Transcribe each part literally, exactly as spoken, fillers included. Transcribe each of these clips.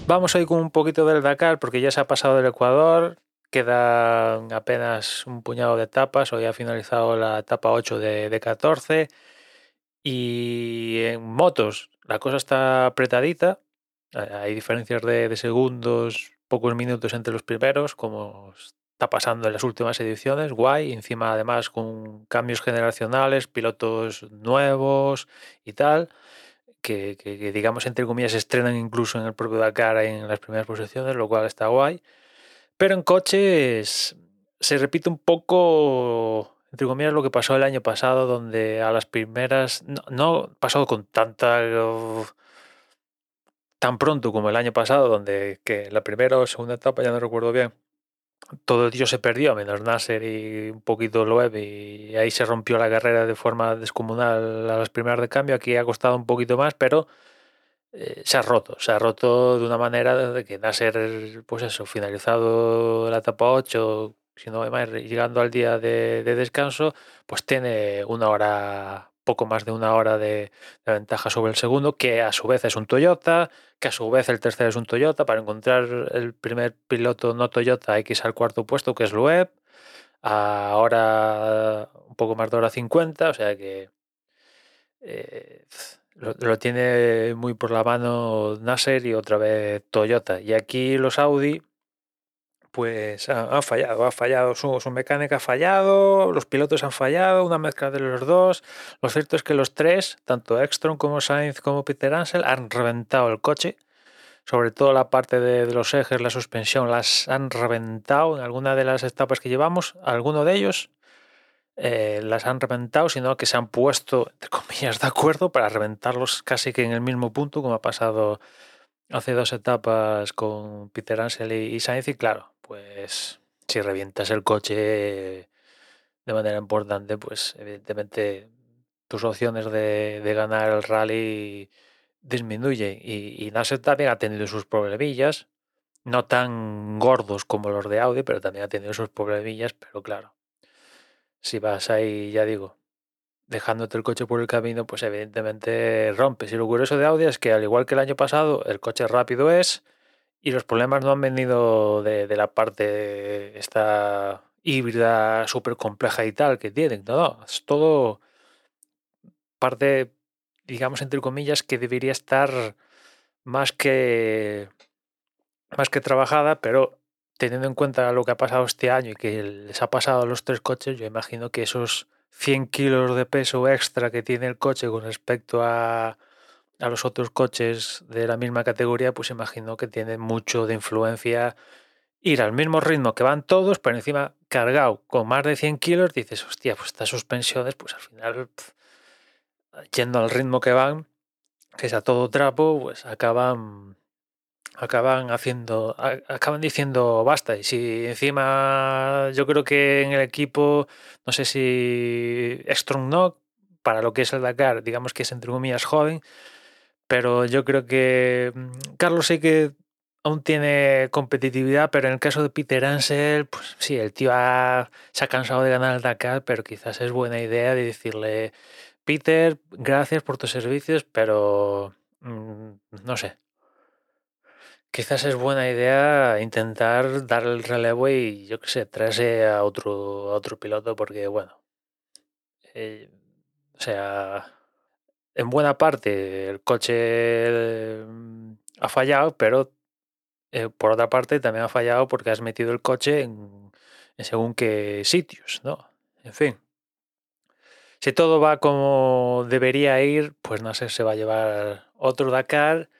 Vamos hoy con un poquito del Dakar porque ya se ha pasado el Ecuador, quedan apenas un puñado de etapas, hoy ha finalizado la etapa ocho de, de catorce y en motos la cosa está apretadita, hay diferencias de, de segundos, pocos minutos entre los primeros, como está pasando en las últimas ediciones, guay, encima además con cambios generacionales, pilotos nuevos y tal que, que, que, digamos, entre comillas, se estrenan incluso en el propio Dakar en las primeras posiciones, lo cual está guay. Pero en coches se repite un poco, entre comillas, lo que pasó el año pasado, donde a las primeras, no, no pasó con tanta, uh, tan pronto como el año pasado, donde que la primera o segunda etapa, ya no recuerdo bien, todo el tío se perdió, menos Nasser y un poquito Loeb, y ahí se rompió la carrera de forma descomunal a las primeras de cambio. Aquí ha costado un poquito más, pero eh, se ha roto, se ha roto de una manera de que Nasser, pues eso, finalizado la etapa ocho, si no más, llegando al día de, de descanso, pues tiene una hora, poco más de una hora de, de ventaja sobre el segundo, que a su vez es un Toyota, que a su vez el tercero es un Toyota. Para encontrar el primer piloto no Toyota hay que irse al cuarto puesto, que es Loeb, ahora un poco más de hora cincuenta, o sea que eh, lo, lo tiene muy por la mano Nasser y otra vez Toyota. Y aquí los Audi, pues han, han fallado, ha fallado su, su mecánica, ha fallado, los pilotos han fallado, una mezcla de los dos. Lo cierto es que los tres, tanto Ekstrom como Sainz como Peter Ansel, han reventado el coche. Sobre todo la parte de, de los ejes, la suspensión, las han reventado en alguna de las etapas que llevamos. Alguno de ellos eh, las han reventado, sino que se han puesto, entre comillas, de acuerdo para reventarlos casi que en el mismo punto, como ha pasado hace dos etapas con Peter Ansel y, y Sainz. Y claro, pues si revientas el coche de manera importante, pues evidentemente tus opciones de, de ganar el rally disminuyen. Y, y Nasser también ha tenido sus problemillas, no tan gordos como los de Audi, pero también ha tenido sus problemillas. Pero claro, si vas ahí, ya digo, dejándote el coche por el camino, pues evidentemente rompes. Y lo curioso de Audi es que, al igual que el año pasado, el coche rápido es, y los problemas no han venido de, de la parte esta híbrida súper compleja y tal que tienen. No, no, es todo parte, digamos, entre comillas, que debería estar más que más que trabajada, pero teniendo en cuenta lo que ha pasado este año y que les ha pasado a los tres coches, yo imagino que esos cien kilos de peso extra que tiene el coche con respecto a, a los otros coches de la misma categoría, pues imagino que tiene mucho de influencia ir al mismo ritmo que van todos, pero encima cargado con más de cien kilos, dices, hostia, pues estas suspensiones, pues al final, pf, yendo al ritmo que van, que es a todo trapo, pues acaban acaban haciendo, acaban diciendo basta. Y si encima yo creo que en el equipo, no sé si Strong no, para lo que es el Dakar, digamos que es entre comillas joven, pero yo creo que Carlos sí que aún tiene competitividad, pero en el caso de Peter Ansel, pues sí, el tío ha, se ha cansado de ganar el Dakar, pero quizás es buena idea de decirle, Peter, gracias por tus servicios, pero mmm, no sé. Quizás es buena idea intentar dar el relevo y, yo qué sé, traerse a otro, a otro piloto porque, bueno, eh, o sea, en buena parte el coche eh, ha fallado, pero eh, por otra parte también ha fallado porque has metido el coche en, en según qué sitios, ¿no? En fin, si todo va como debería ir, pues no sé, se va a llevar otro Dakar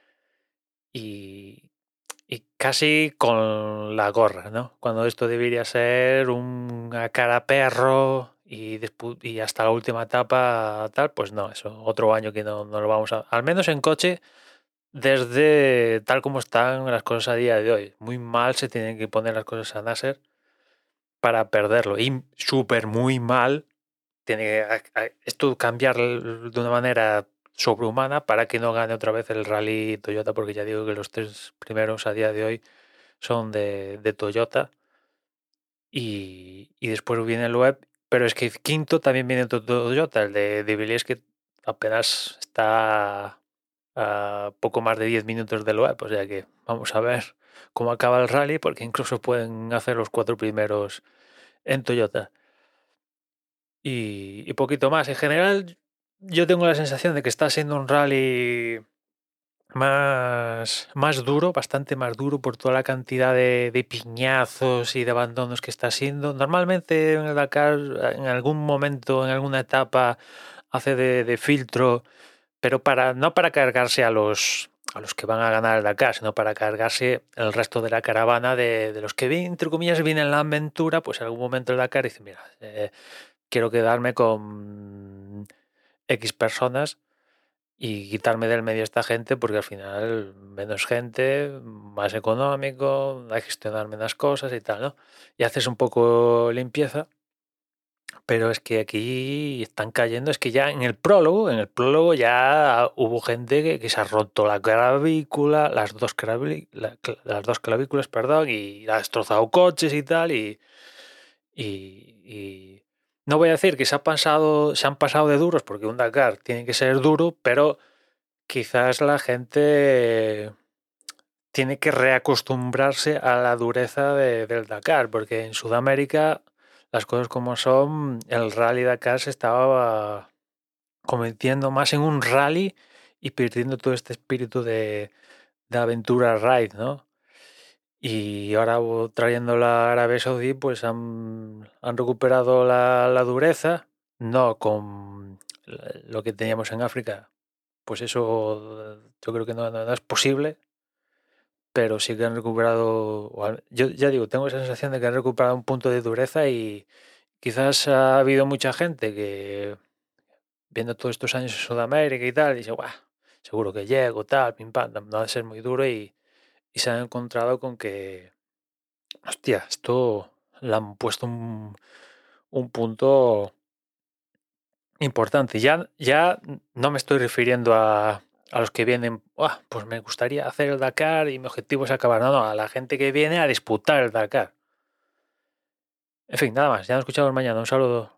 y, y casi con la gorra, ¿no? Cuando esto debería ser una cara perro y, después, y hasta la última etapa tal, pues no, eso, otro año que no, no lo vamos a... Al menos en coche, desde tal como están las cosas a día de hoy. Muy mal se tienen que poner las cosas a Nasser para perderlo. Y súper muy mal tiene que esto cambiar de una manera sobrehumana para que no gane otra vez el rally Toyota, porque ya digo que los tres primeros a día de hoy son de, de Toyota y, y después viene el web, pero es que el quinto también viene de Toyota, el de, de Villiers, que apenas está a poco más de diez minutos del web, o sea que vamos a ver cómo acaba el rally, porque incluso pueden hacer los cuatro primeros en Toyota. Y, y poquito más. En general, yo tengo la sensación de que está siendo un rally más, más duro, bastante más duro por toda la cantidad de, de piñazos y de abandonos que está siendo. Normalmente en el Dakar, en algún momento, en alguna etapa, hace de, de filtro, pero para no para cargarse a los a los que van a ganar el Dakar, sino para cargarse el resto de la caravana de, de los que, entre comillas, vienen en la aventura, pues en algún momento el Dakar dice, mira, eh, quiero quedarme con X personas y quitarme del medio a esta gente, porque al final menos gente, más económico, hay que gestionar menos cosas y tal, ¿no? Y haces un poco limpieza, pero es que aquí están cayendo, es que ya en el prólogo, en el prólogo ya hubo gente que, que se ha roto la clavícula, las dos, claví, la, las dos clavículas, perdón, y ha destrozado coches y tal, y, y, y no voy a decir que se, ha pasado, se han pasado de duros, porque un Dakar tiene que ser duro, pero quizás la gente tiene que reacostumbrarse a la dureza de, del Dakar, porque en Sudamérica, las cosas como son, el Rally Dakar se estaba convirtiendo más en un rally y perdiendo todo este espíritu de, de aventura ride, ¿no? Y ahora trayendo la Arabia Saudí, pues han, han recuperado la, la dureza, no con lo que teníamos en África, pues eso yo creo que no, no, no es posible, pero sí que han recuperado, yo ya digo, tengo esa sensación de que han recuperado un punto de dureza y quizás ha habido mucha gente que viendo todos estos años en Sudamérica y tal, dice, guau, seguro que llego, tal, pim pam, no va a ser muy duro y, y se han encontrado con que, hostia, esto le han puesto un, un punto importante. Ya, ya no me estoy refiriendo a, a los que vienen, "Uah, pues me gustaría hacer el Dakar y mi objetivo es acabar". No, no, a la gente que viene a disputar el Dakar. En fin, nada más, ya nos escuchamos mañana. Un saludo.